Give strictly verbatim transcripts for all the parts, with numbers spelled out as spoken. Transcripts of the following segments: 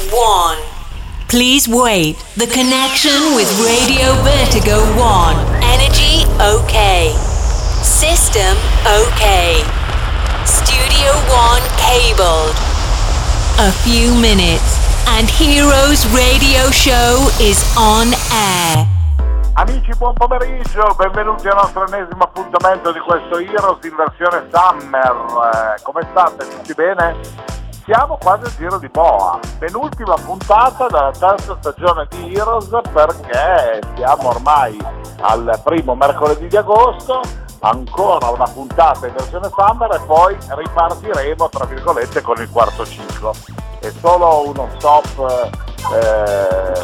one. Please wait. The connection with Radio Vertigo one. Energy okay. System okay. Studio one cabled. A few minutes and Heroes Radio Show is on air. Amici, buon pomeriggio, benvenuti al nostro ennesimo appuntamento di questo Heroes in versione Summer. Eh, come state? Tutti bene? Siamo quasi al giro di boa, penultima puntata della terza stagione di Heroes, perché siamo ormai al primo mercoledì di agosto, ancora una puntata in versione Summer e poi ripartiremo tra virgolette con il quarto ciclo. È solo uno stop eh,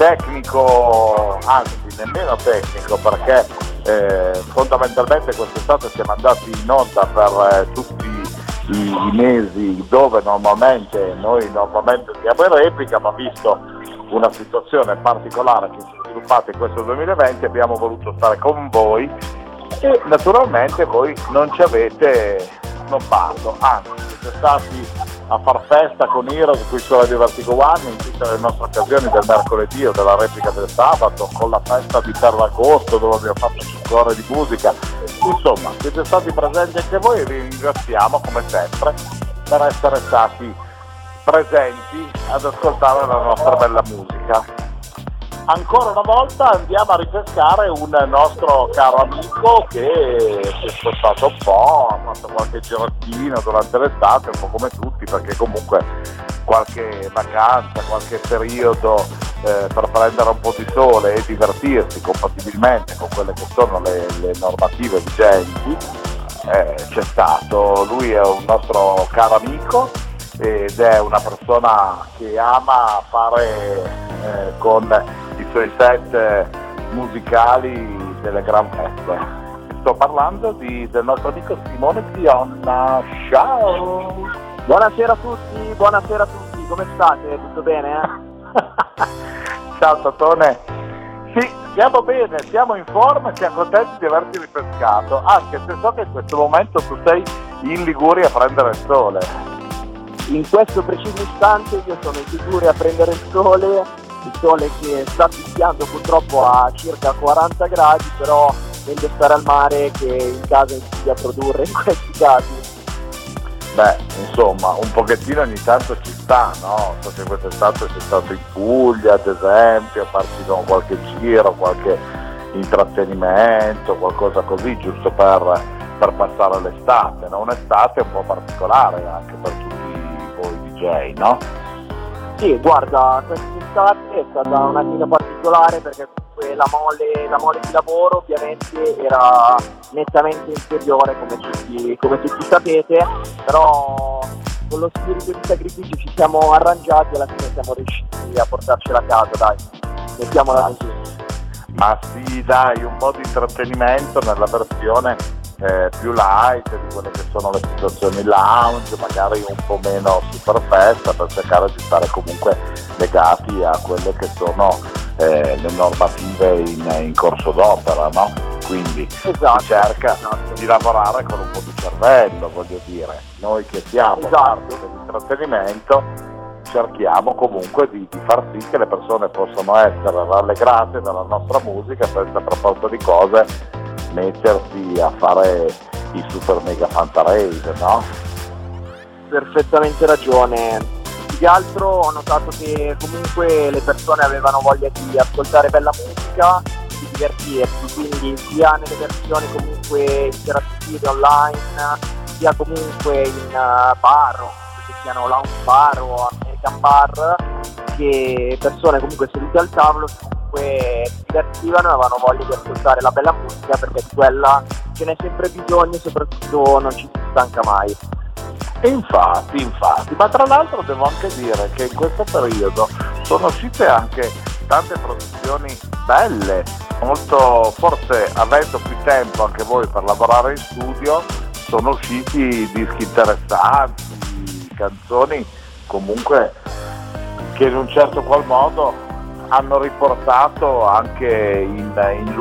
tecnico, anzi nemmeno tecnico, perché eh, fondamentalmente quest'estate siamo andati in onda per eh, tutti i, i mesi dove normalmente noi normalmente siamo in replica, ma visto una situazione particolare che si è sviluppata in questo duemilaventi abbiamo voluto stare con voi e naturalmente voi non ci avete snobbato, anzi siete stati a far festa con Heroes qui su Radio Vertigo One in tutte le nostre occasioni del mercoledì o della replica del sabato, con la festa di Ferragosto dove abbiamo fatto cinque ore di musica. Insomma, siete stati presenti anche voi e vi ringraziamo come sempre per essere stati presenti ad ascoltare la nostra bella musica. Ancora una volta andiamo a ripescare un nostro caro amico che si è spostato un po', ha fatto qualche girottino durante l'estate, un po' come tutti, perché comunque qualche vacanza, qualche periodo eh, per prendere un po' di sole e divertirsi compatibilmente con quelle che sono le, le normative vigenti eh, c'è stato. Lui è un nostro caro amico ed è una persona che ama fare eh, con i suoi set musicali delle gran feste. Sto parlando di, del nostro amico Simone Fionna. Ciao! Buonasera a tutti, buonasera a tutti, come state? Tutto bene? Eh? Ciao Totone! Sì, stiamo bene, siamo in forma e siamo contenti di averti ripescato, anche se so che in questo momento tu sei in Liguria a prendere il sole. In questo preciso istante io sono in Liguria a prendere il sole, il sole che sta picchiando purtroppo a circa quaranta gradi, però meglio stare al mare che in casa in studio a produrre in questi casi. Beh, insomma, un pochettino ogni tanto ci sta, no? So che quest'estate sei stato in Puglia, ad esempio, a farci no, qualche giro, qualche intrattenimento, qualcosa così, giusto per, per passare l'estate, no? Un'estate un po' particolare anche per tutti voi D J, no? Sì, guarda, quest'estate è stata un attimo particolare perché comunque la mole, la mole di lavoro ovviamente era nettamente inferiore come tutti, come tutti sapete, però con lo spirito di sacrificio ci siamo arrangiati e alla fine siamo riusciti a portarcela a casa, dai, mettiamola così. Ma sì, dai, un po' di intrattenimento nella versione eh, più light di quelle che sono le situazioni lounge, magari un po' meno super festa, per cercare di stare comunque legati a quelle che sono eh, le normative in, in corso d'opera, no? Quindi esatto, si cerca esatto. di lavorare con un po' di cervello, voglio dire, noi che siamo esatto. parte dell'intrattenimento cerchiamo comunque di, di far sì che le persone possano essere rallegrate dalla nostra musica senza per forza di cose mettersi a fare i super mega fantarese, no? Perfettamente ragione. Più che altro ho notato che comunque le persone avevano voglia di ascoltare bella musica, di divertirsi, quindi sia nelle versioni comunque interattive online, sia comunque in uh, bar, che siano lounge bar o American bar, che persone comunque sedute al tavolo comunque si divertivano e avevano voglia di ascoltare la bella musica, perché di quella ce n'è sempre bisogno e soprattutto non ci si stanca mai. E infatti, infatti, ma tra l'altro devo anche dire che in questo periodo sono uscite anche tante produzioni belle, molto, forse avendo più tempo anche voi per lavorare in studio, sono usciti dischi interessanti, canzoni comunque che in un certo qual modo hanno riportato anche in, in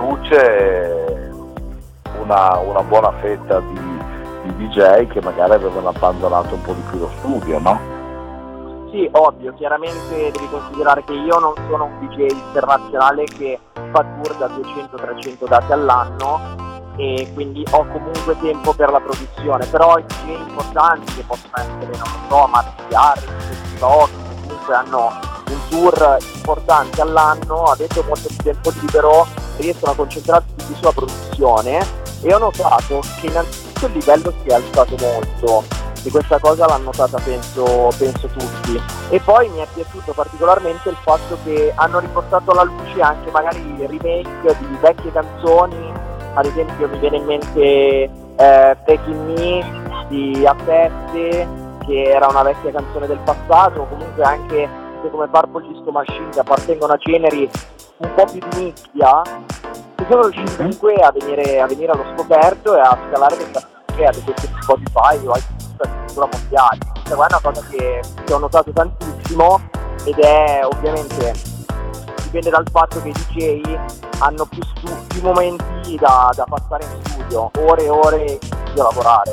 luce una, una buona fetta di, di D J che magari avevano abbandonato un po' di più lo studio, no? Sì, ovvio, chiaramente devi considerare che io non sono un D J internazionale che fa tour da duecento trecento date all'anno e quindi ho comunque tempo per la produzione, però i D J importanti che possono essere, non lo so, Marti Harris, che comunque hanno un tour importante all'anno, avendo molto più tempo libero, riescono a concentrarsi più sulla produzione e ho notato che innanzitutto il livello si è alzato molto. E questa cosa l'hanno notata penso, penso tutti, e poi mi è piaciuto particolarmente il fatto che hanno riportato alla luce anche magari remake di vecchie canzoni. Ad esempio mi viene in mente eh, Taking Me di A sette, che era una vecchia canzone del passato, comunque anche come Purple Disco Machine, che appartengono a generi un po' più di nicchia, che sono riusciti comunque a venire, a venire allo scoperto e a scalare questa che ad esempio Spotify o addirittura mondiali. Questa è una cosa che, che ho notato tantissimo, ed è ovviamente dipende dal fatto che i D J hanno più, stu- più momenti da, da passare in studio, ore e ore in studio a lavorare.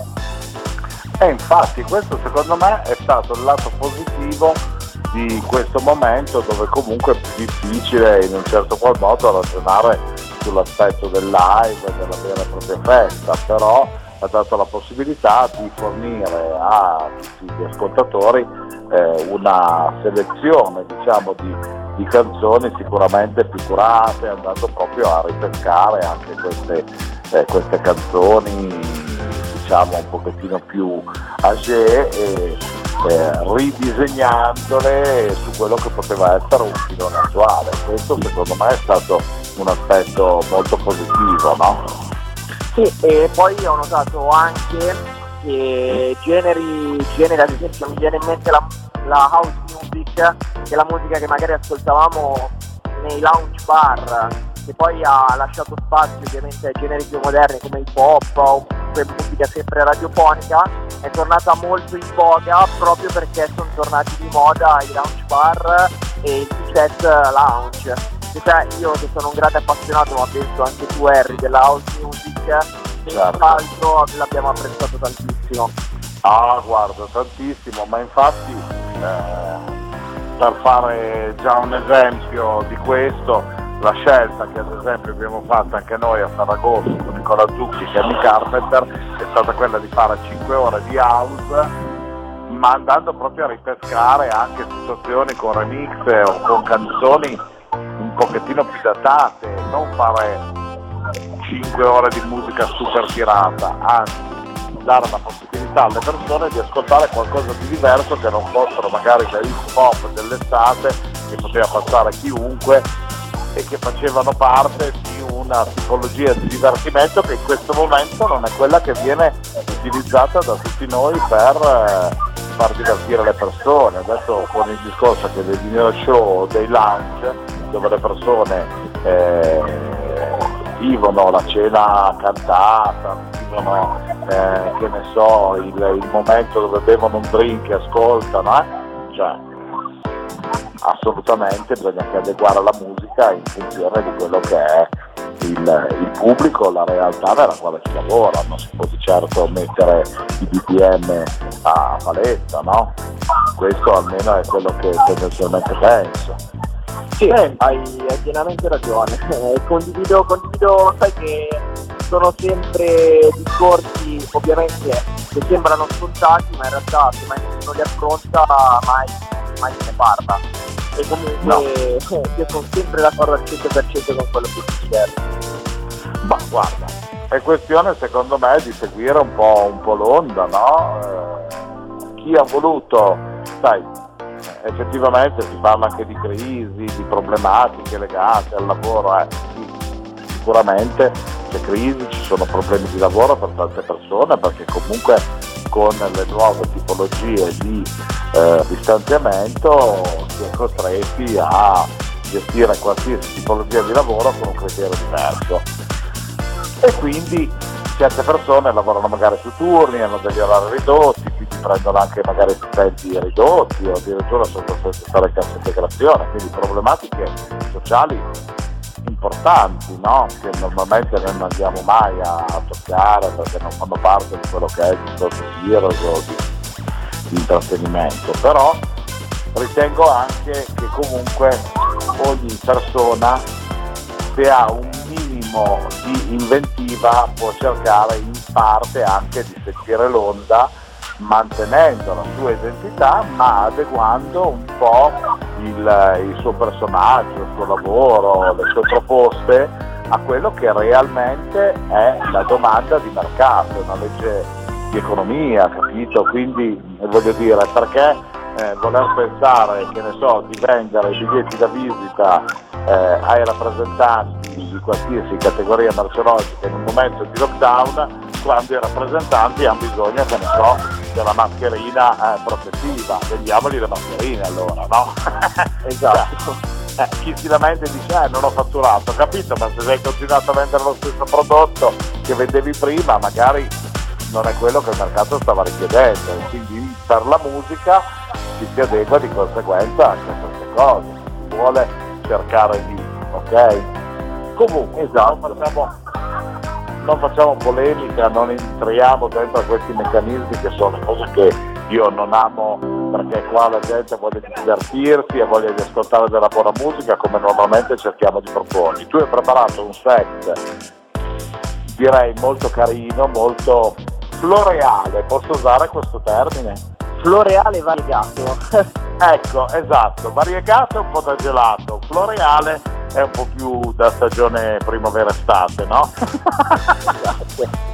E infatti questo secondo me è stato il lato positivo di questo momento, dove comunque è più difficile in un certo qual modo ragionare sull'aspetto del live e della vera e propria festa, però ha dato la possibilità di fornire a tutti gli ascoltatori eh, una selezione, diciamo, di, di canzoni sicuramente più curate, andando proprio a ripescare anche queste, eh, queste canzoni, diciamo, un pochettino più âgé e eh, ridisegnandole su quello che poteva essere un filone attuale. Questo secondo me è stato un aspetto molto positivo, no? Sì, e poi ho notato anche che generi, generi ad esempio mi viene in mente la, la house music, che è la musica che magari ascoltavamo nei lounge bar, che poi ha lasciato spazio ovviamente ai generi più moderni come il pop o comunque musica sempre radiofonica, è tornata molto in voga proprio perché sono tornati di moda i lounge bar e il D J lounge. Cioè, io che sono un grande appassionato, ma penso anche tu Harry, della house music, senz'altro l'abbiamo apprezzato tantissimo. Ah, guarda, tantissimo, ma infatti eh, per fare già un esempio di questo, la scelta che ad esempio abbiamo fatto anche noi a Ferragosto con Nicola Zucchi e Kenny Carpenter è stata quella di fare cinque ore di house, ma andando proprio a ripescare anche situazioni con remix o con canzoni un pochettino più datate, non fare cinque ore di musica super tirata, anzi dare la possibilità alle persone di ascoltare qualcosa di diverso che non fossero magari da hip hop dell'estate che poteva passare chiunque e che facevano parte di una tipologia di divertimento che in questo momento non è quella che viene utilizzata da tutti noi per eh, far divertire le persone. Adesso con il discorso che dei dinner show o dei lounge, dove le persone eh, vivono la cena cantata, vivono eh, che ne so, il, il momento dove bevono un drink e ascoltano, eh? Cioè, assolutamente bisogna anche adeguare la musica in funzione di quello che è il, il pubblico, la realtà nella quale si lavora. Non si può di certo mettere i B P M a paletta, no? Questo almeno è quello che tendenzialmente penso. Sì, eh, hai, hai pienamente ragione. Eh, condivido, condivido, sai che sono sempre discorsi ovviamente che sembrano scontati, ma in realtà se mai nessuno li affronta mai, mai se ne parla. E comunque no. eh, io sono sempre d'accordo al cento per cento con quello che succede. Ma guarda, è questione secondo me di seguire un po', un po' l'onda, no? Eh, chi ha voluto, sai, effettivamente si parla anche di crisi, di problematiche legate al lavoro, eh. Sì, sicuramente c'è crisi, ci sono problemi di lavoro per tante persone, perché comunque con le nuove tipologie di eh, distanziamento si è costretti a gestire qualsiasi tipologia di lavoro con un criterio diverso, e quindi certe persone lavorano magari su turni, hanno degli orari ridotti, quindi prendono anche magari stipendi ridotti o addirittura sono costretti a stare in cassa integrazione, quindi problematiche sociali importanti, no? Che normalmente noi non andiamo mai a, a toccare perché non fanno parte di quello che è il discorso di Heroes o di, di intrattenimento, però ritengo anche che comunque ogni persona, se ha un minimo di inventiva, può cercare in parte anche di seguire l'onda, mantenendo la sua identità ma adeguando un po' il, il suo personaggio, il suo lavoro, le sue proposte a quello che realmente è la domanda di mercato, una legge di economia, capito? Quindi voglio dire, perché eh, voler pensare, che ne so, di vendere i biglietti da visita eh, ai rappresentanti di qualsiasi categoria merceologica in un momento di lockdown, quando i rappresentanti hanno bisogno, che ne so, della mascherina eh, protettiva. Vendiamogli le mascherine allora, no? Esatto. Eh, chi si lamenta e dice eh non ho fatturato, capito, ma se hai continuato a vendere lo stesso prodotto che vendevi prima, magari non è quello che il mercato stava richiedendo, e quindi per la musica ci si adegua di conseguenza anche a queste cose, si vuole cercare di, ok? Comunque, esatto. non, facciamo, non facciamo polemica, non entriamo dentro a questi meccanismi che sono cose che io non amo, perché qua la gente vuole divertirsi e voglia di ascoltare della buona musica come normalmente cerchiamo di proporre. Tu hai preparato un set, direi molto carino, molto floreale, posso usare questo termine? Floreale variegato. Ecco, esatto, variegato è un po' da gelato, floreale è un po' più da stagione primavera-estate, no? Esatto.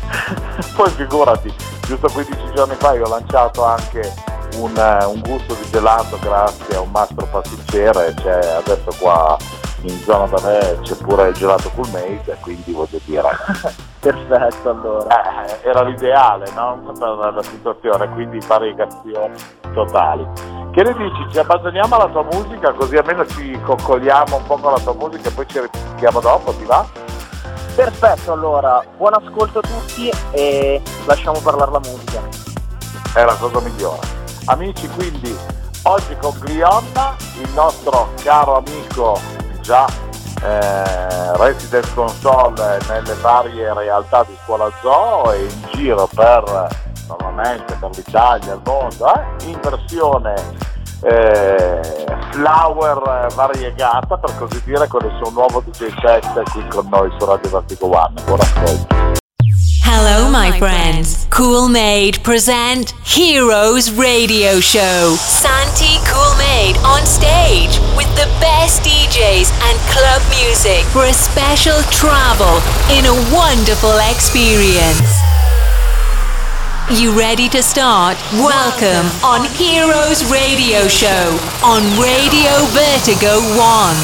Poi figurati, giusto quindici giorni fa io ho lanciato anche un, un gusto di gelato grazie a un mastro pasticcere, c'è adesso qua in zona da me c'è pure il gelato Coolmade, quindi voglio dire perfetto, allora eh, era l'ideale, no? Per la situazione, quindi variegazioni totali. Che ne dici? Ci abbandoniamo alla tua musica, così almeno ci coccoliamo un po' con la tua musica e poi ci risentiamo dopo, ti va? Perfetto, allora buon ascolto a tutti e lasciamo parlare la musica. È la cosa migliore. Amici, quindi oggi con Glionna, il nostro caro amico già eh, resident console nelle varie realtà di Scuola Zoo e in giro per normalmente per l'Italia, il mondo, eh, in versione eh, flower variegata, per così dire, con il suo nuovo D J set qui con noi su Radio Vertigo One. Buon ascolto. Hello, my friends. Coolmade present Heroes Radio Show. Santi Coolmade on stage with the best D Js and club music for a special travel in a wonderful experience. You ready to start? Welcome on Heroes Radio Show on Radio Vertigo One.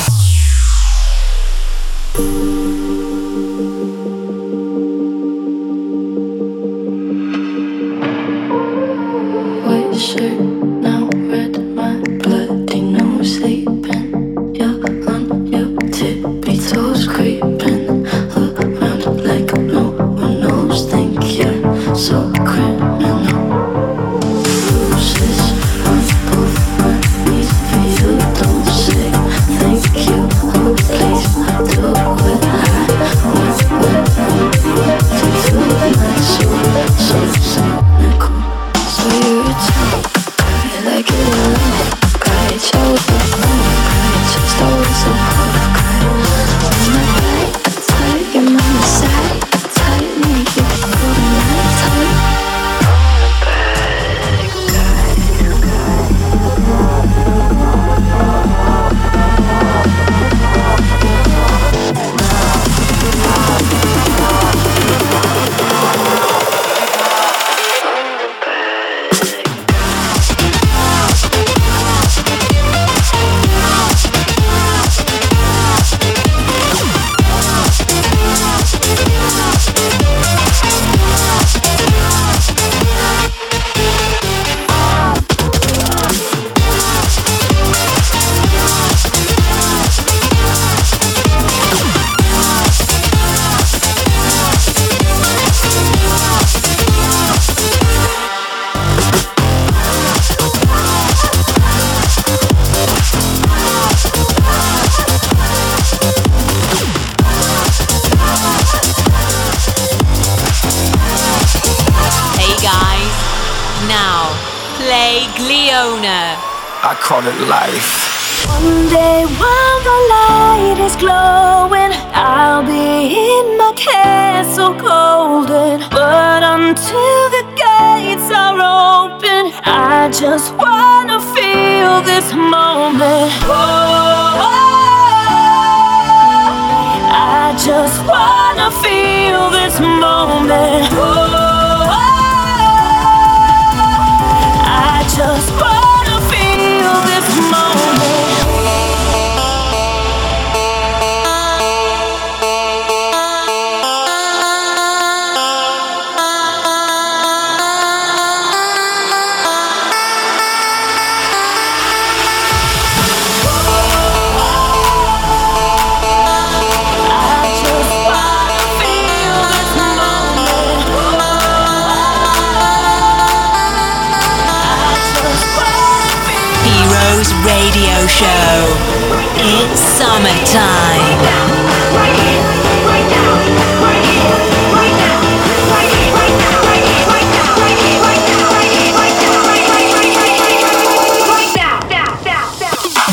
Shirt now red, my bloody nose sleeping. You're on your tippy toes, creeping around like no one knows. Think you're so criminal. Bruises on both my knees for you. Don't say thank you. Oh please, do what I want. To feel my soul so cynical. So you return. Like it alone, cry it show with the phone, cry it just always so cold, cry on my back, I tight, your mama side, I tight, make you cold and I tight. Now, play Gliona. I call it life. One day while the light is glowing, I'll be in my castle golden. But until the gates are open, I just wanna feel this moment. Oh, I just wanna feel this moment. Oh, I just wanna feel this moment. Radio show. It's summertime. Right here, right now, right here, right now, right here, right now, right here, right now, right here, right now, right here, right now, right here, right now, right now, now,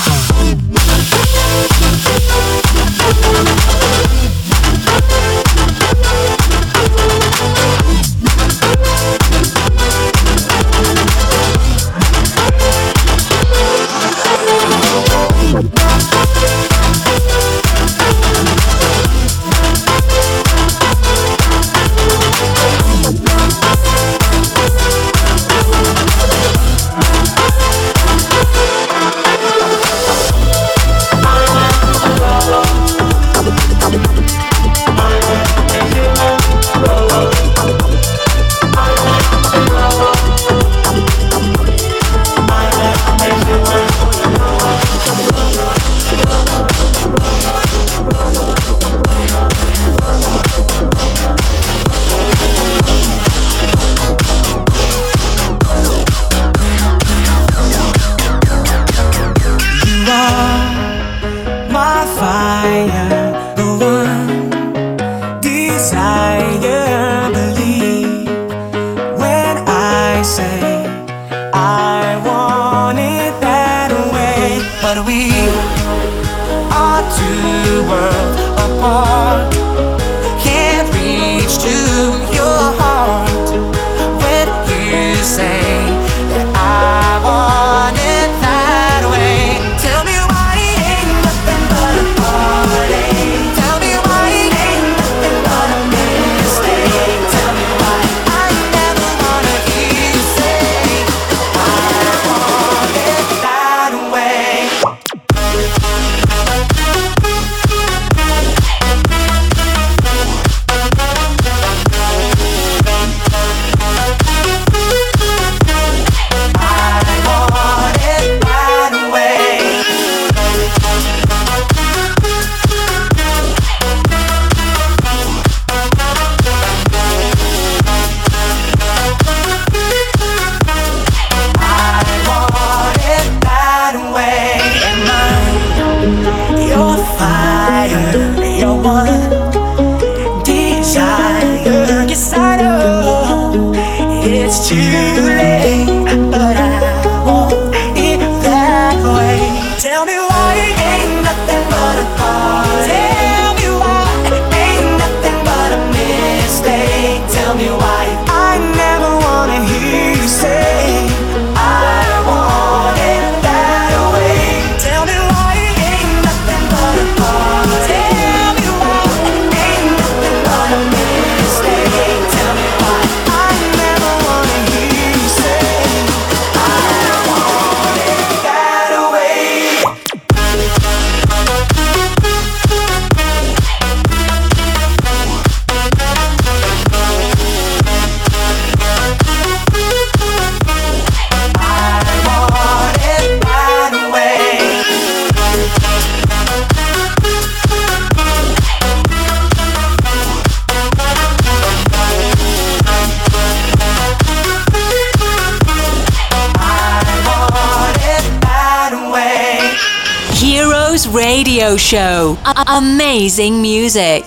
Radio show. A- amazing music.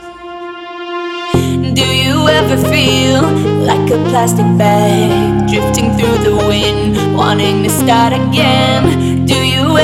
Do you ever feel like a plastic bag drifting through the wind, wanting to start again?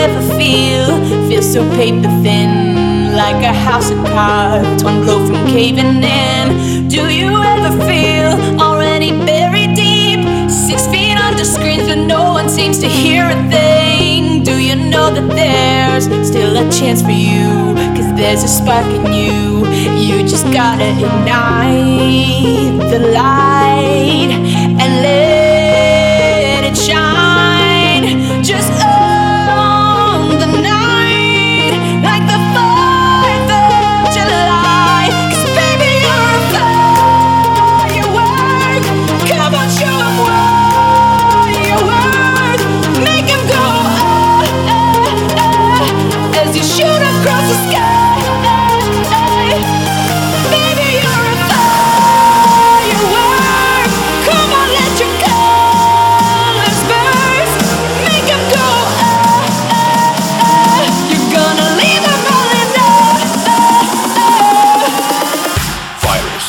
ever feel, feel so paper thin, like a house of cards, one blow from caving in? Do you ever feel already buried deep, six feet under screens but no one seems to hear a thing? Do you know that there's still a chance for you, cause there's a spark in you, you just gotta ignite the light and let it shine. Just own the night like the fourth of July, cause baby you're a firework. Come on, show 'em what you're worth. Make 'em go oh, oh, oh, as you shoot across the sky. Baby you're a firework. Come on, let your colors burst. Make 'em go oh, oh, oh. You're gonna leave 'em all in love. Virus.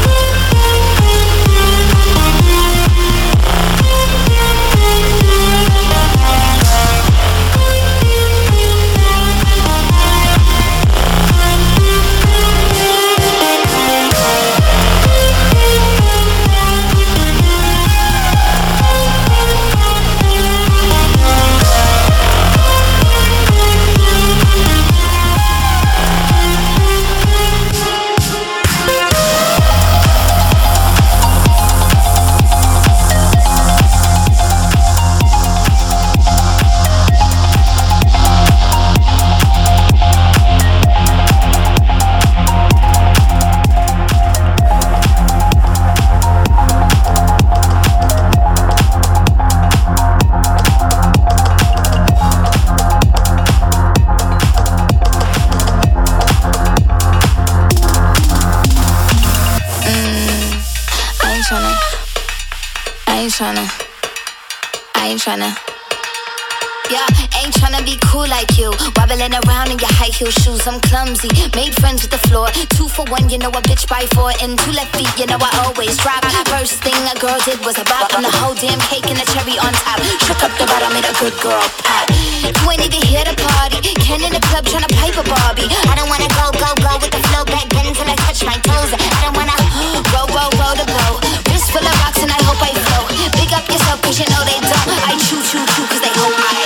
Tryna, I ain't tryna. Yeah, ain't tryna be cool like you, wobbling around in your high heel shoes. I'm clumsy, made friends with the floor. Two for one, you know a bitch by four. And two left feet, you know I always drop. First thing a girl did was a bop, and the whole damn cake and the cherry on top. Shook up the bottom, made a good girl pop. You ain't even here to party, Ken in the club tryna pipe a Barbie. I don't wanna go, go, go with the flow back then till I touch my toes. I don't wanna roll, roll, roll the boat. Wrist full of rocks and I hope I float. Big up yourself cause you know they don't. I choo, choo, choo cause they hope I.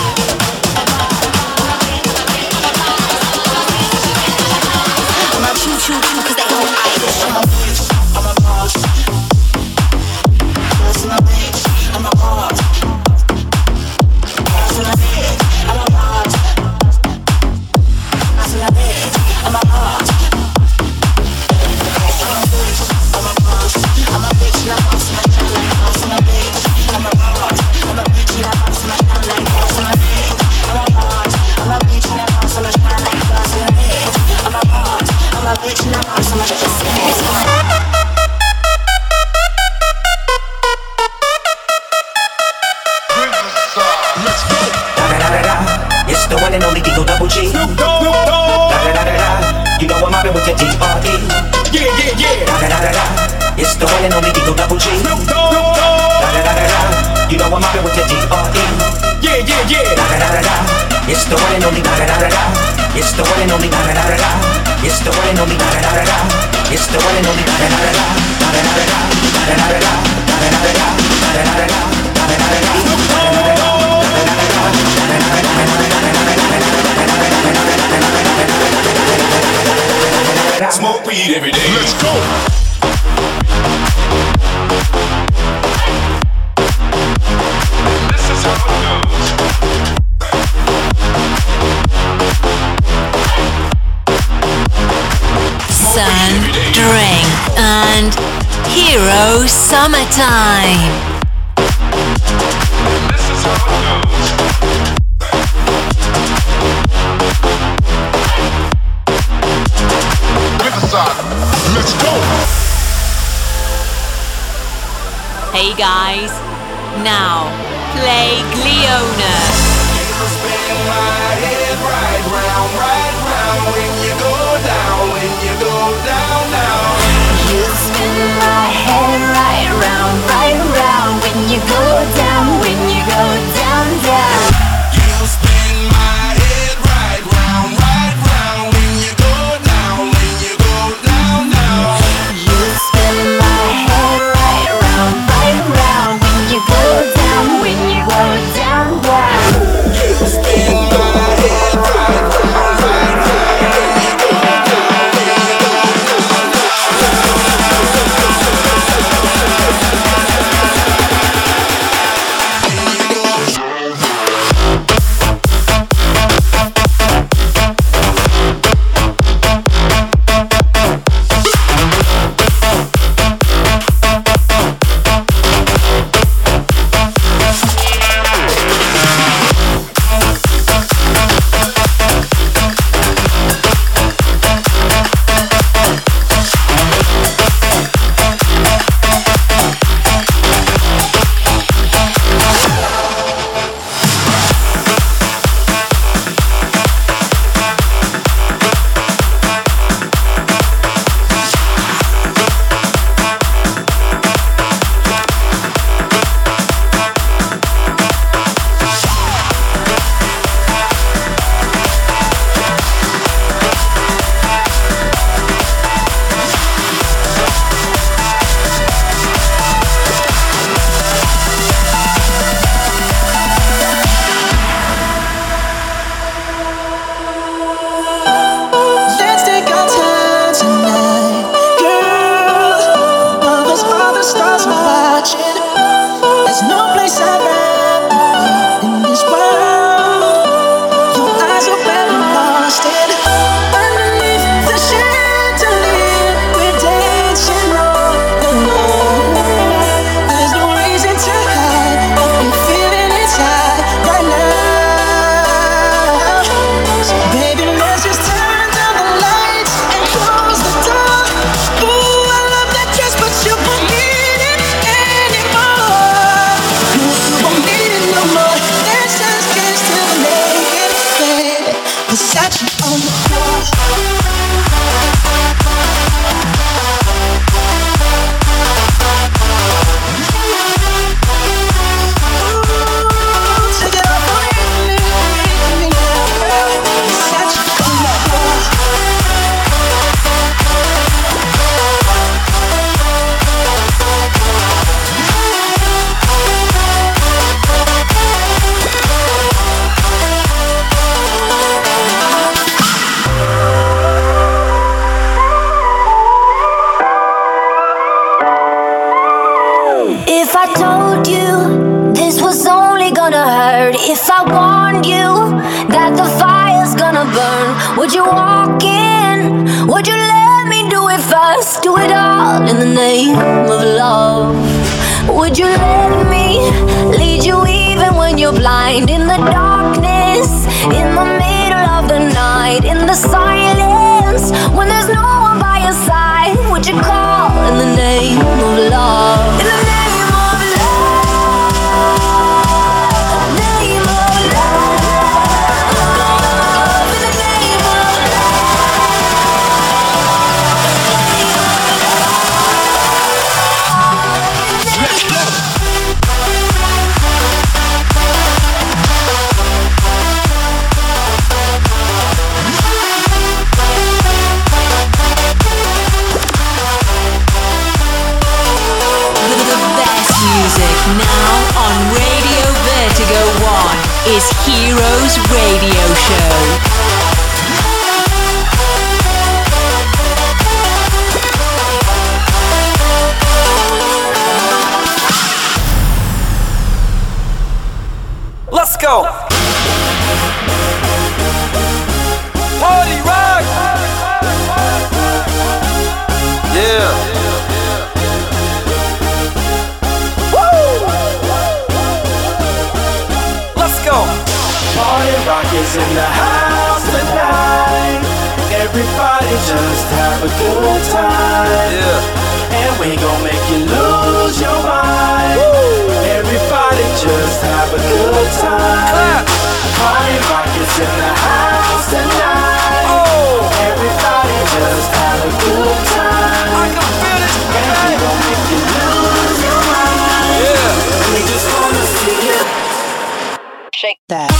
Choo choo choo, cause they hope I I'm a boss. I'm a bitch. I'm a boss. I'm a bitch. I'm a boss. I'm a bitch. I'm a boss. I'm a boss. I'm a bitch. I'm a boss. I'm a bitch. I'm a boss. I'm a bitch. I'm a boss. I'm a boss. I'm a bitch. I'm a boss. I'm a bitch. I'm a boss. I'm a shine like boss. I'm a bitch. I'm a boss. I'm a bitch and I'm awesome, I'm just Let's go! Da-da-da-da-da, it's the one and only Digo Double G. Da-da-da-da-da, you know I'm mobbing with the D R E. Yeah, yeah, yeah. Da-da-da-da-da, it's the one and only Digo Double G. Da-da-da-da-da, you know I'm mobbing with the D R E. Yeah, yeah, yeah. Da-da-da-da-da, it's the one and only da-da-da-da-da. It's the one and only da-da-da-da-da. It's the one and only da-da-da-da-da. It's the one and only da-da-da-da-da. Da-da-da-da-da, da-da-da-da-da, da-da-da-da-da, da-da-da-da-da, da-da-da-da-da. Smoke weed every day. Let's go. This is how it goes. Sun, Drink, and Hero Summertime. This is how it goes. Riverside, let's go. Hey guys, now play Gliona. You spin my head right round, right round when you go down, when you go down, down. You spin my head right round, right round when you go down, when you go down, down. You spin my Would you walk in? Would you let me do it first? Do it all in the name of love. Would you let me lead you even when you're blind? In the darkness, in the middle of the night, in the silence, when there's no one by your side, would you call in the name of love? In the name of love, name of love. Now on Radio Vertigo One is Heroes Radio Show. Let's go! Party rock! Yeah! Party rock is in the house tonight. Everybody just have a good time. Yeah. And we gon' make you lose your mind. Woo. Everybody just have a good time. Clap. Party rock is in the house tonight. Oh. Everybody just have a good time. I can feel it. And we gon' make you lose your mind. Yeah. We just wanna see you shake that.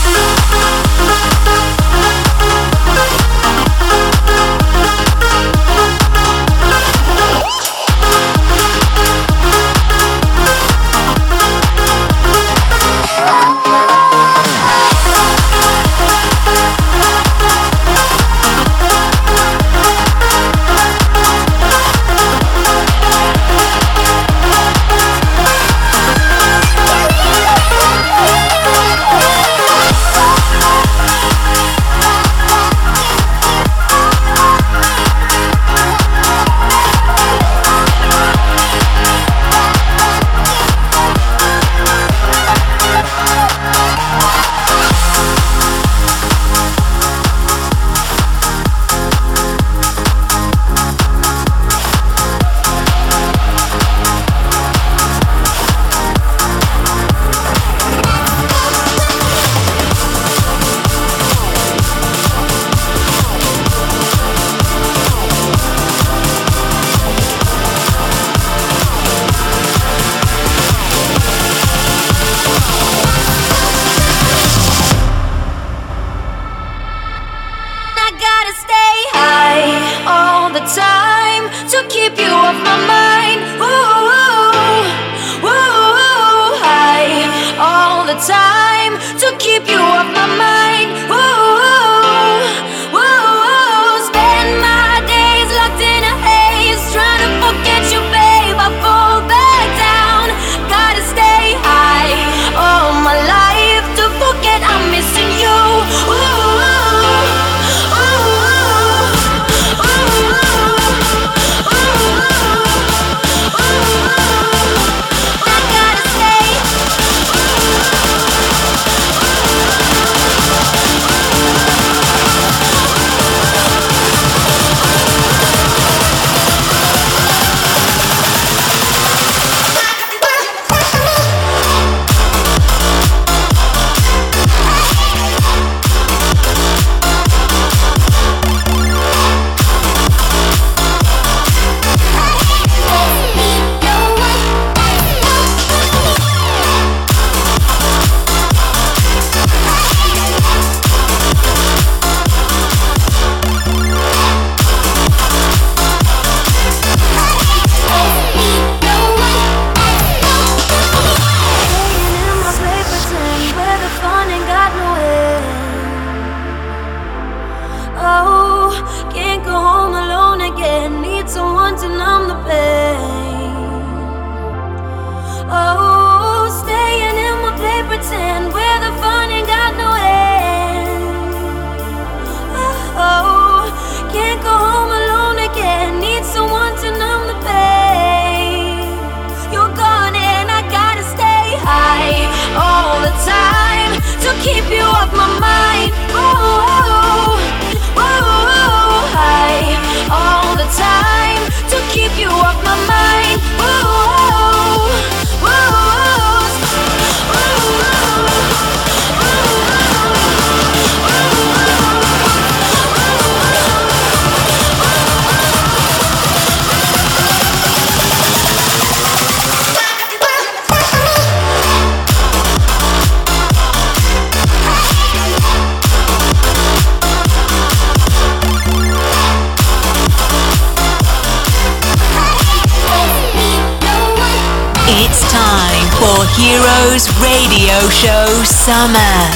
for Heroes Radio Show Summer.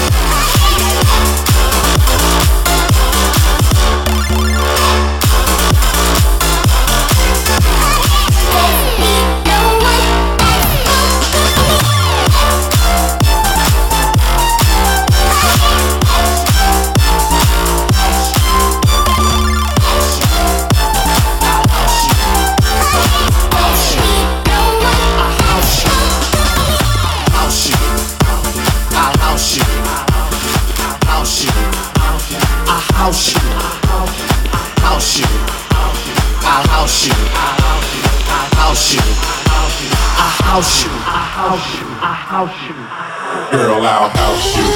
Girl, I'll house you.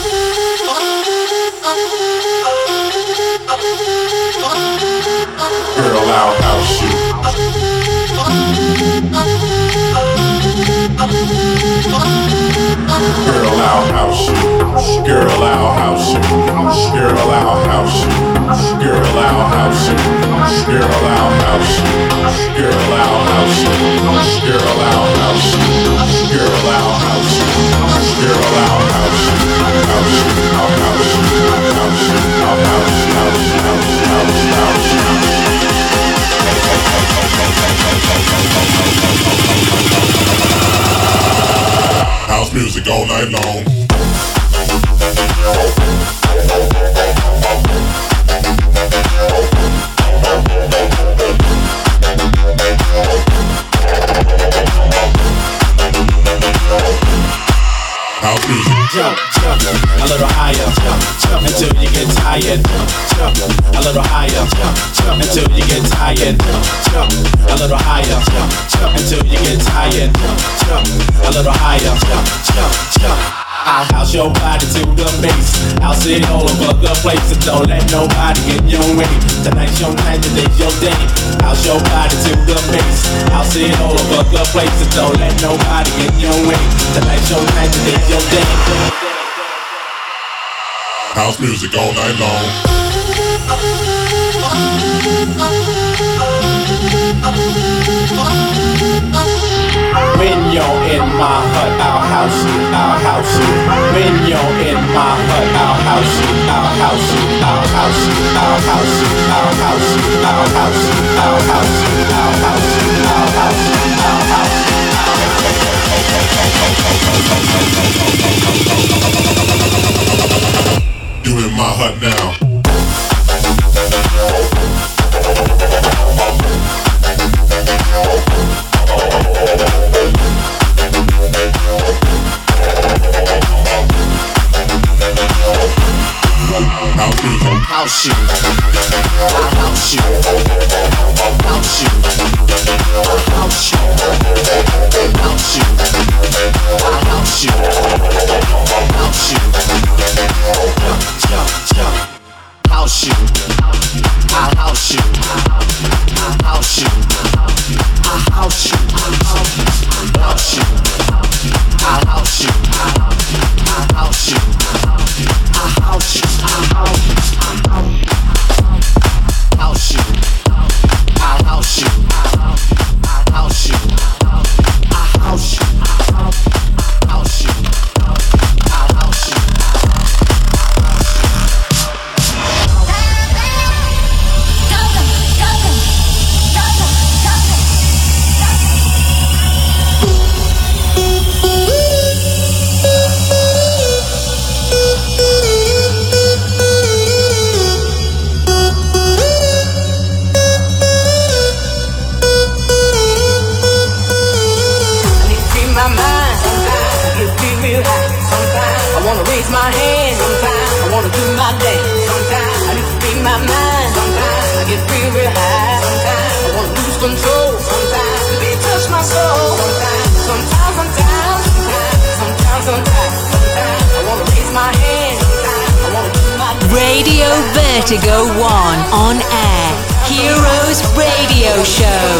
Girl, I'll house you. Girl, I'll house you. Girl, I'll house you. Girl, I'll house you. Girl, I'll house you. Girl, I'll house you. Girl, I'll house you. Girl, I'll house you. Girl, I'll house you. Girl, I'll house you. House you. I'll house you. House you. I'll house you. House you. House you. House you. House music all night long. House music. Jump, jump, a little higher, jump, jump until you get tired. Jump, a little higher, jump, jump until you get tired. Jump, a little higher, jump, jump until you get tired. Jump, a little higher, jump, jump, jump. I'll house your body to the base. I'll sit all over the place and don't let nobody get in your way. Tonight's your night, today's your day. I'll show body to the base. I'll sit all over the place and don't let nobody get in your way. Tonight's your night, today's your day. House music all night long. When you're in my hut, I'll house you, I'll house you. When you're in my hut, I'll house you, I'll house you, I'll house you, I'll house you, I'll house you, I'll house you, I'll house you, I'll house you, I'll house you, I'll house You in my hut now. House you, I'll house you, house you, house you, house you, I'll house you, house you, jump, jump, jump, house you, I'll house you, I'll house you, I'll house you, house you, I'll house you, I'll house you, I'll house you, I'll house you. House you, I'll house you, I'll house you, I'll house you, house you, I'll house you. My hand, sometimes I wanna do my dance. Sometimes I need to free my mind. Sometimes I get real, real high. Sometimes I wanna lose control. Sometimes they touch my soul. Sometimes, sometimes, sometimes, sometimes, sometimes, sometimes I wanna raise my hand. Sometimes I wanna do my dance. Radio Vertigo One on air. Heroes Radio Show.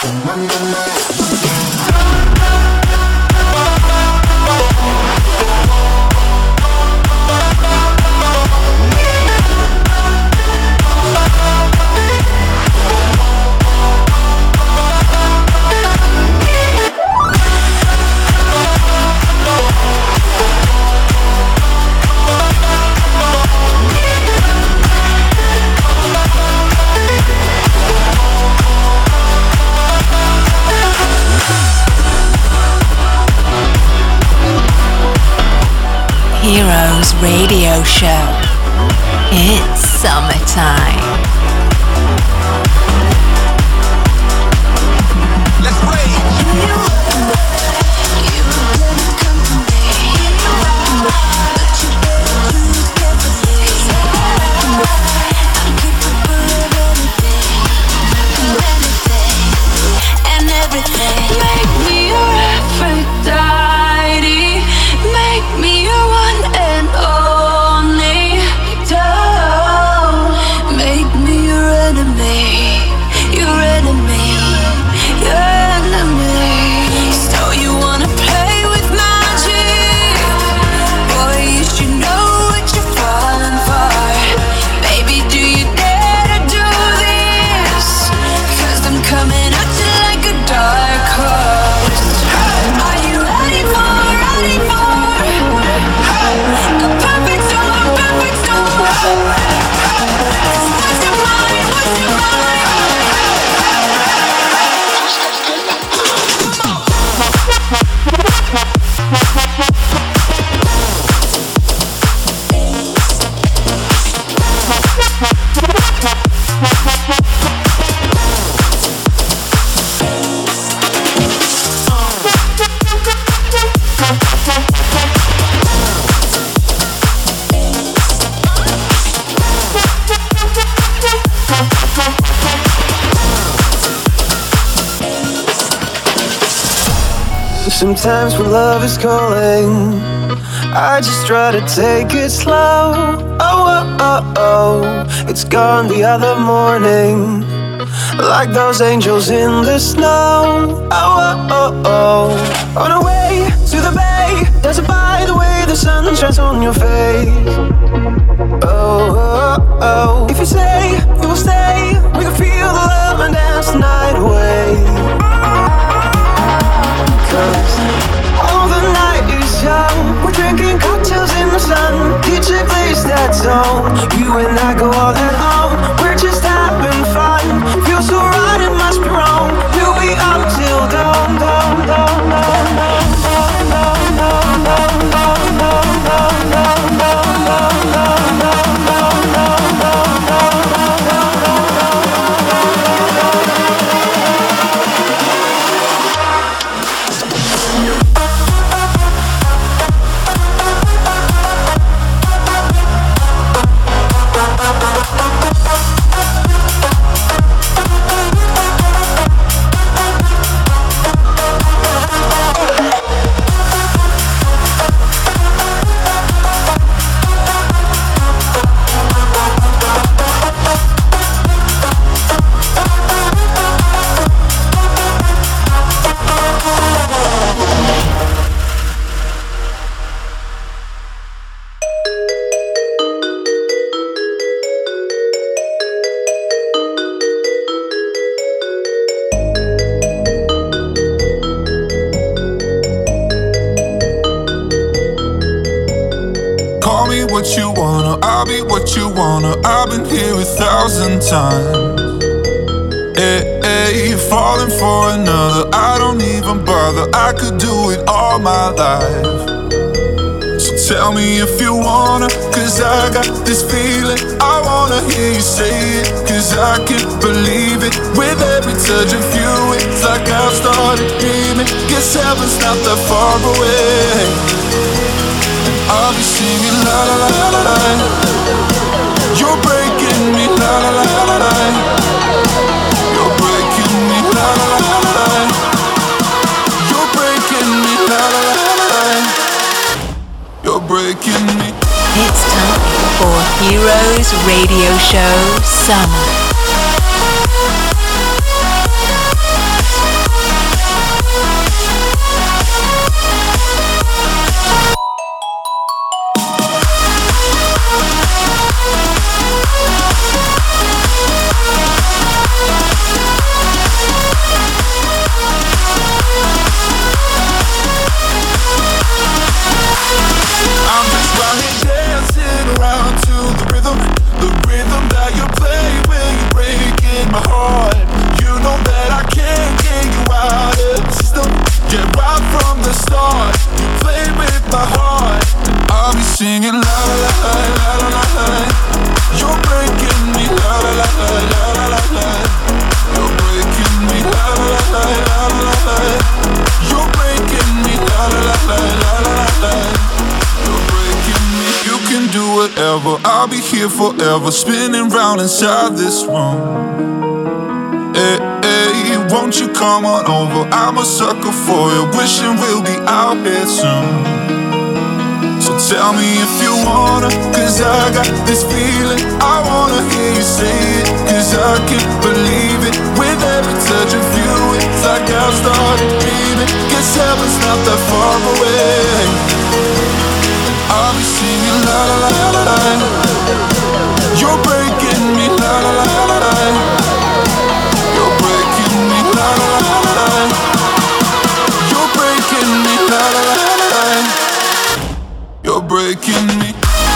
Heroes Radio Show. It's summertime. Let's and everything. Make me your Aphrodite. Make me your one and only. Don't make me your enemy. Your enemy. Your enemy. So you wanna play with magic? Boy, you should know what you're falling for. Baby, do you dare to do this? 'Cause I'm coming at you like a dark horse. Are you ready for, ready for a perfect storm, perfect storm? 'Cause what's your mind, what's your mind? Sometimes when love is calling, I just try to take it slow. Oh, oh, oh, oh, it's gone the other morning, like those angels in the snow. Oh, oh, oh, oh, on our way to the bay, dancing by the way the sun shines on your face. Oh, oh, oh, if you say you will stay, we can feel the love and dance the night away. 'Cause all the night is young, we're drinking cocktails in the sun. D J plays that song, you and I go all that home. We're just having fun, feels so right, it must be wrong. We'll be up till dawn, dawn, dawn, dawn, dawn, dawn, dawn, dawn, dawn, dawn, dawn, dawn, dawn, dawn, dawn, dawn, dawn, dawn, dawn, dawn. What you wanna, I'll be what you wanna. I've been here a thousand times. Hey, hey, falling for another, I don't even bother. I could do it all my life. So tell me if you wanna, 'cause I got this feeling. I wanna hear you say it, 'cause I can't believe it. With every touch of you, it's like I've started dreaming. Guess heaven's not that far away. I'll be singing la la la la la. You're breaking me la la la la la. You're breaking me la la la la la. You're breaking me la la la la la. You're breaking me. It's time for Heroes Radio Show Summer. here forever, spinning round inside this room. Hey, hey, won't you come on over? I'm a sucker for you, wishing we'll be out here soon. So tell me if you wanna, cause I got this feeling. I wanna hear you say it, cause I can't believe it. With every touch of you, it's like I've started dreaming. Guess heaven's not that far away. I'll be singing la la la la la. You're breaking me la la la la la. You're breaking me la la la la la. You're breaking me la la la la la. You're breaking me.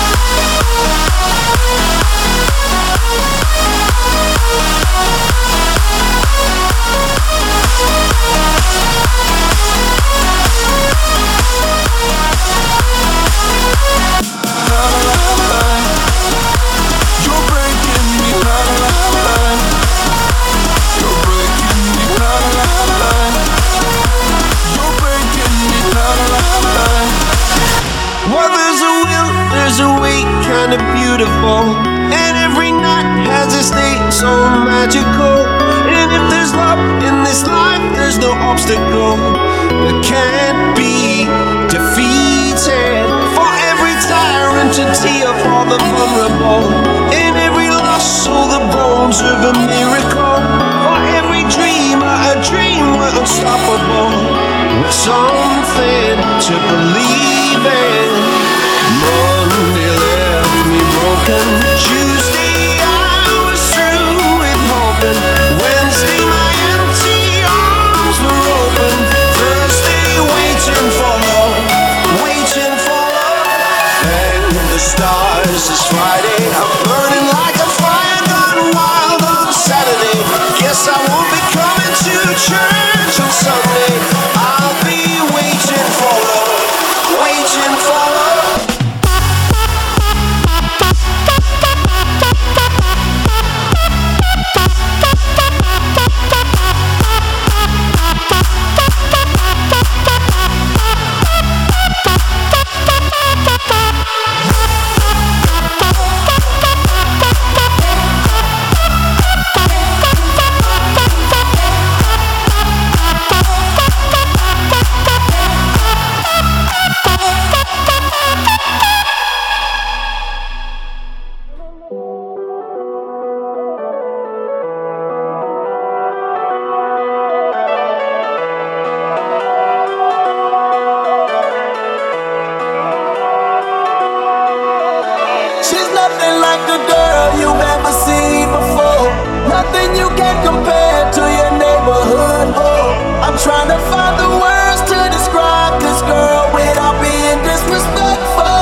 Kinda beautiful, and every night has a state so magical. And if there's love in this life, there's no obstacle that can't be defeated. For every tyrant a tear for the vulnerable, in every loss all the bones of a miracle. For every dreamer a dream we're unstoppable, with something to believe in. Monday left me broken. Tuesday I was through with hoping. Wednesday my empty arms were open. Thursday waiting for love, waiting for love. And the stars is Friday. I'm burning like a fire gone wild on Saturday. Guess I won't be coming to church on Sunday. I'll be waiting for love, waiting for love. Trying to find the words to describe this girl without being disrespectful.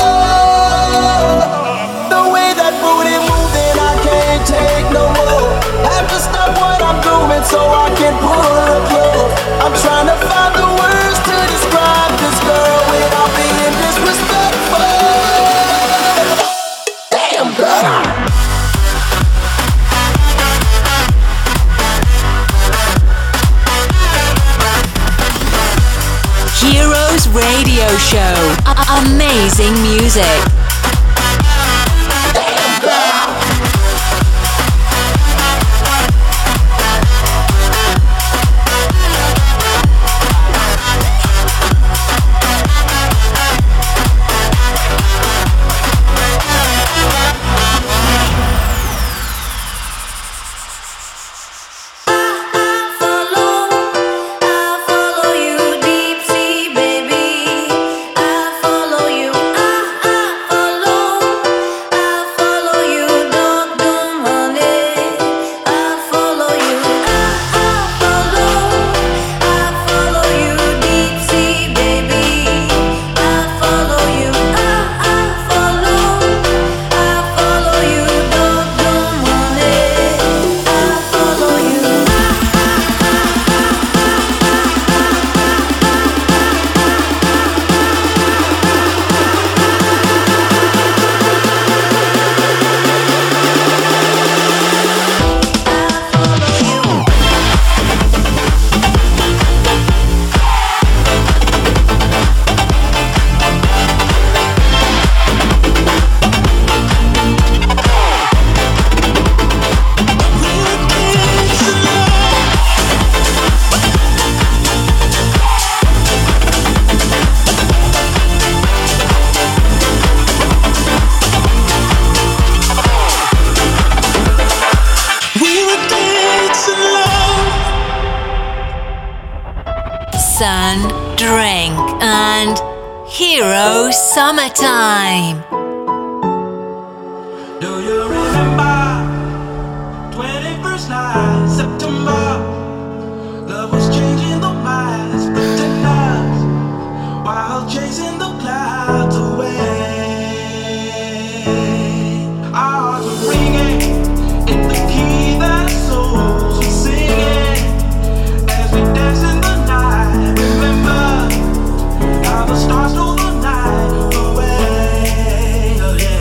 The way that booty moving, I can't take no more. Have to stop what I'm doing so I can pull her close. I'm trying to find the words to describe this girl without being disrespectful. Damn girl. Heroes Radio Show. A- amazing music. Follow you, I follow sun, drink, and Hero Summertime. Do you remember twenty-first night, September? Love was changing the minds, pretenders, while chasing the clouds away. Our hearts were ringing in the key that souls were singing as we danced in the night. Remember how the stars stole the night away. Oh yeah.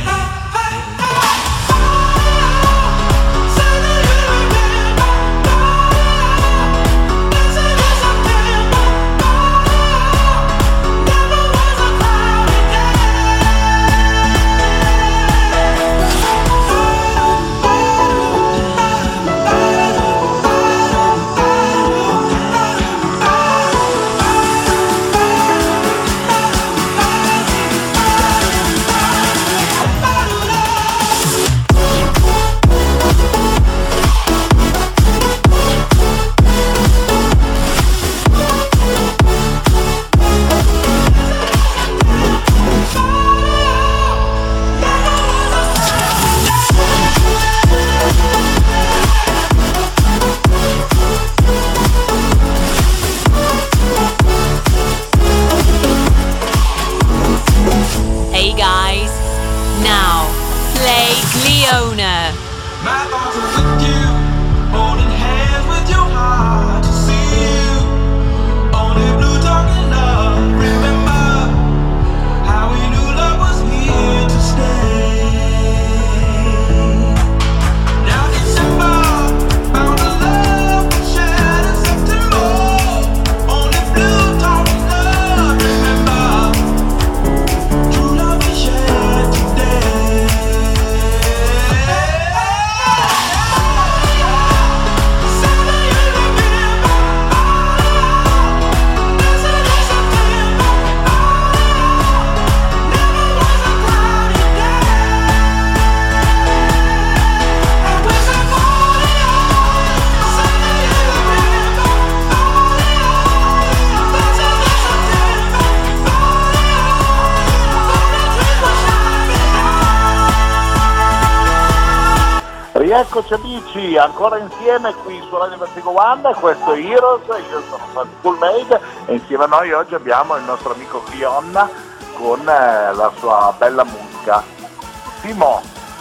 Eccoci amici, ancora insieme qui su Radio Vertigo One, questo è Heroes, io sono Santi Cool Made e insieme a noi oggi abbiamo il nostro amico Glion con eh, la sua bella musica. Simo,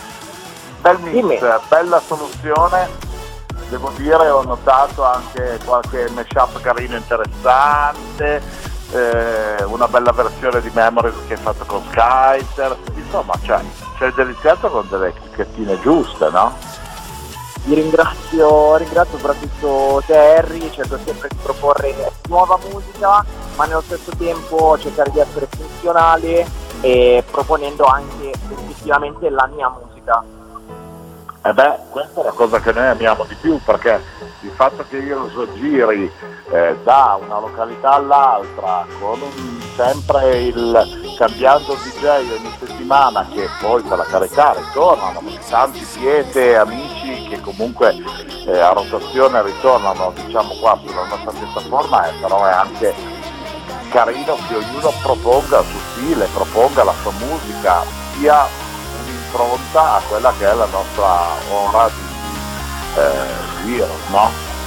bel mix, Dimmi. Bella soluzione, devo dire ho notato anche qualche mashup carino interessante, eh, una bella versione di Memories che hai fatto con Skyter, insomma cioè, sei deliziato con delle chicchettine giuste, no? Vi ringrazio, ringrazio soprattutto te Harry, cerco sempre di proporre nuova musica, ma nello stesso tempo cercare di essere funzionale e proponendo anche effettivamente la mia musica. E beh, questa è la cosa che noi amiamo di più, perché il fatto che io lo giri eh, da una località all'altra con un, sempre il cambiando D J ogni settimana, che poi per la caricare ritornano, tanti siete amici che comunque eh, a rotazione ritornano diciamo qua sulla nostra piattaforma, eh, però è anche carino che ognuno proponga il suo stile, proponga la sua musica, sia un'impronta a quella che è la nostra ora di eh, Heroes, no?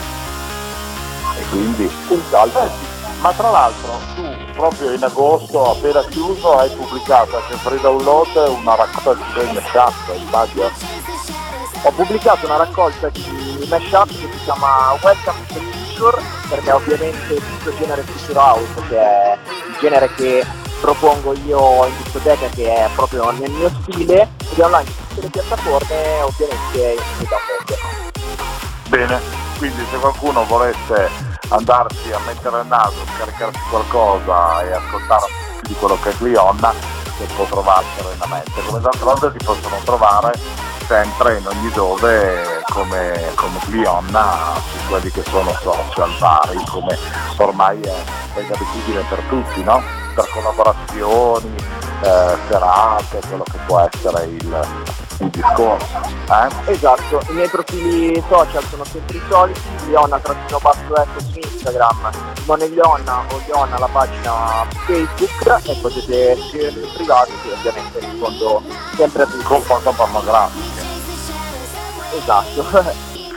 E quindi eh, ma tra l'altro tu proprio in agosto appena chiuso hai pubblicato anche free download una raccolta di mashup, immagino. Ho pubblicato una raccolta di mashup che si chiama Welcome to the Future, perché ovviamente tutto genere future house, che è il genere che propongo io in discoteca, che è proprio nel mio stile, ed è online su tutte le piattaforme, ovviamente in download. Bene, quindi se qualcuno volesse andarsi a mettere il naso, scaricarsi qualcosa e ascoltare di quello che è Glion, che può trovare serenamente, come d'altronde ti possono trovare sempre in ogni dove come, come Glion su quelli che sono social vari, come ormai è, è d'abitudine per tutti, no? Per collaborazioni, eh, serate, quello che può essere il, il discorso. Eh? Esatto, i miei profili social sono sempre i soliti, Lionna trattino basso ecco su Instagram, Simone Lionna o Lionna la pagina su Facebook e potete scrivermi in privato che ovviamente rispondo sempre a tutti. Con foto pornografiche. Esatto.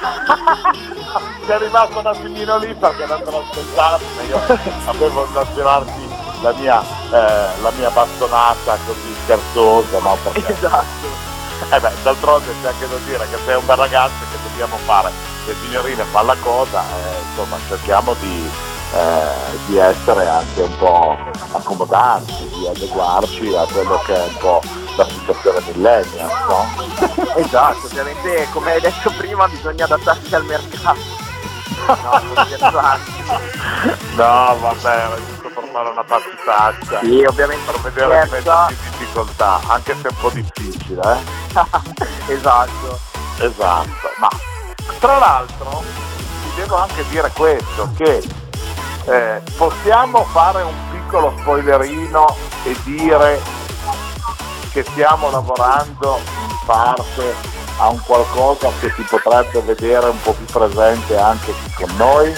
Sei rimasto un attimino lì perché non te lo aspettavo, io avevo da tirarti la mia, eh, la mia bastonata così scherzosa, no? Perché... Esatto. Eh beh, d'altronde c'è anche da dire che sei un bel ragazzo che dobbiamo fare, le signorine fanno la cosa, eh, insomma cerchiamo di, eh, di essere anche un po' accomodarci, di adeguarci a quello che è un po' la situazione millennial, no? Esatto, ovviamente come hai detto prima bisogna adattarsi al mercato. No, non scherzarci. No, vabbè, giusto per fare una battutaccia. Sì, ovviamente per vedere che mettersi in difficoltà, anche se è un po' difficile, eh? Esatto. Esatto, ma tra l'altro ti devo anche dire questo, che eh, possiamo fare un piccolo spoilerino e dire che stiamo lavorando in parte a un qualcosa che si potrebbe vedere un po' più presente anche qui con noi?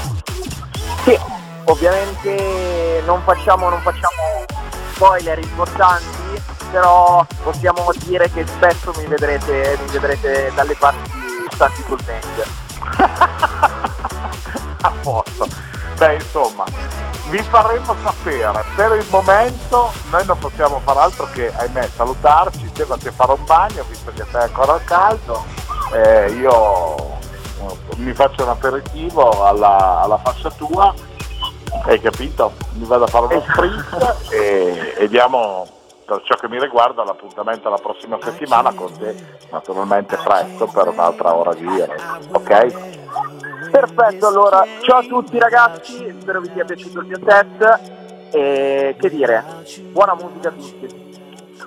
Sì, ovviamente non facciamo, non facciamo spoiler importanti, però possiamo dire che spesso mi vedrete, mi vedrete dalle parti di Santi Cool Made. A posto. Beh, insomma, vi faremo sapere. Per il momento noi non possiamo fare altro che, ahimè, salutarci, devo anche fare un bagno visto che sei ancora al caldo. Eh, io mi faccio un aperitivo alla, alla fascia tua, hai capito? Mi vado a fare uno sprint e, e diamo, per ciò che mi riguarda, l'appuntamento la prossima settimana con te, naturalmente presto, per un'altra ora di giro, ok? Perfetto, allora ciao a tutti ragazzi, spero vi sia piaciuto il mio set e che dire, buona musica a tutti.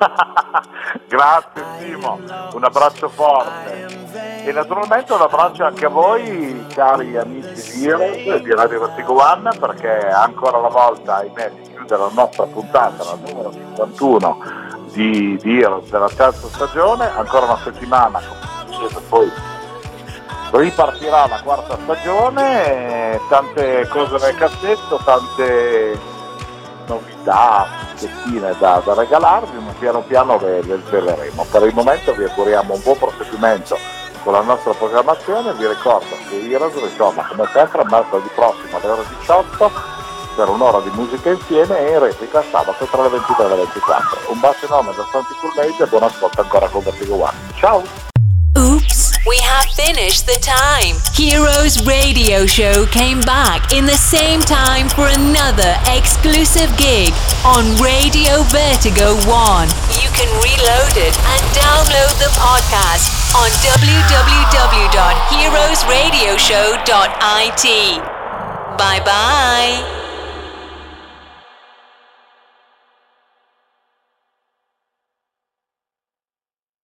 Grazie Simo, un abbraccio forte e naturalmente un abbraccio anche a voi cari amici di Heroes di Radio Vertigo One, perché ancora una volta ahimè si chiude la nostra puntata, la numero cinquantuno di, di Heroes della terza stagione, ancora una settimana come dicevo, poi ripartirà la quarta stagione, tante cose nel cassetto, tante novità, schettine da, da regalarvi, ma piano piano le, le sveleremo. Per il momento vi auguriamo un buon proseguimento con la nostra programmazione, vi ricordo che Heroes ritorna come sempre martedì prossimo alle ore diciotto per un'ora di musica insieme e in replica sabato tra le ventidue e le ventiquattro. Un bacio enorme da Santi Cool Made e buon ascolto ancora con Vertigo One. Ciao! Oops, we have finished the time. Heroes Radio Show came back in the same time for another exclusive gig on Radio Vertigo One. You can reload it and download the podcast on w w w dot heroes radio show dot i t. Bye bye.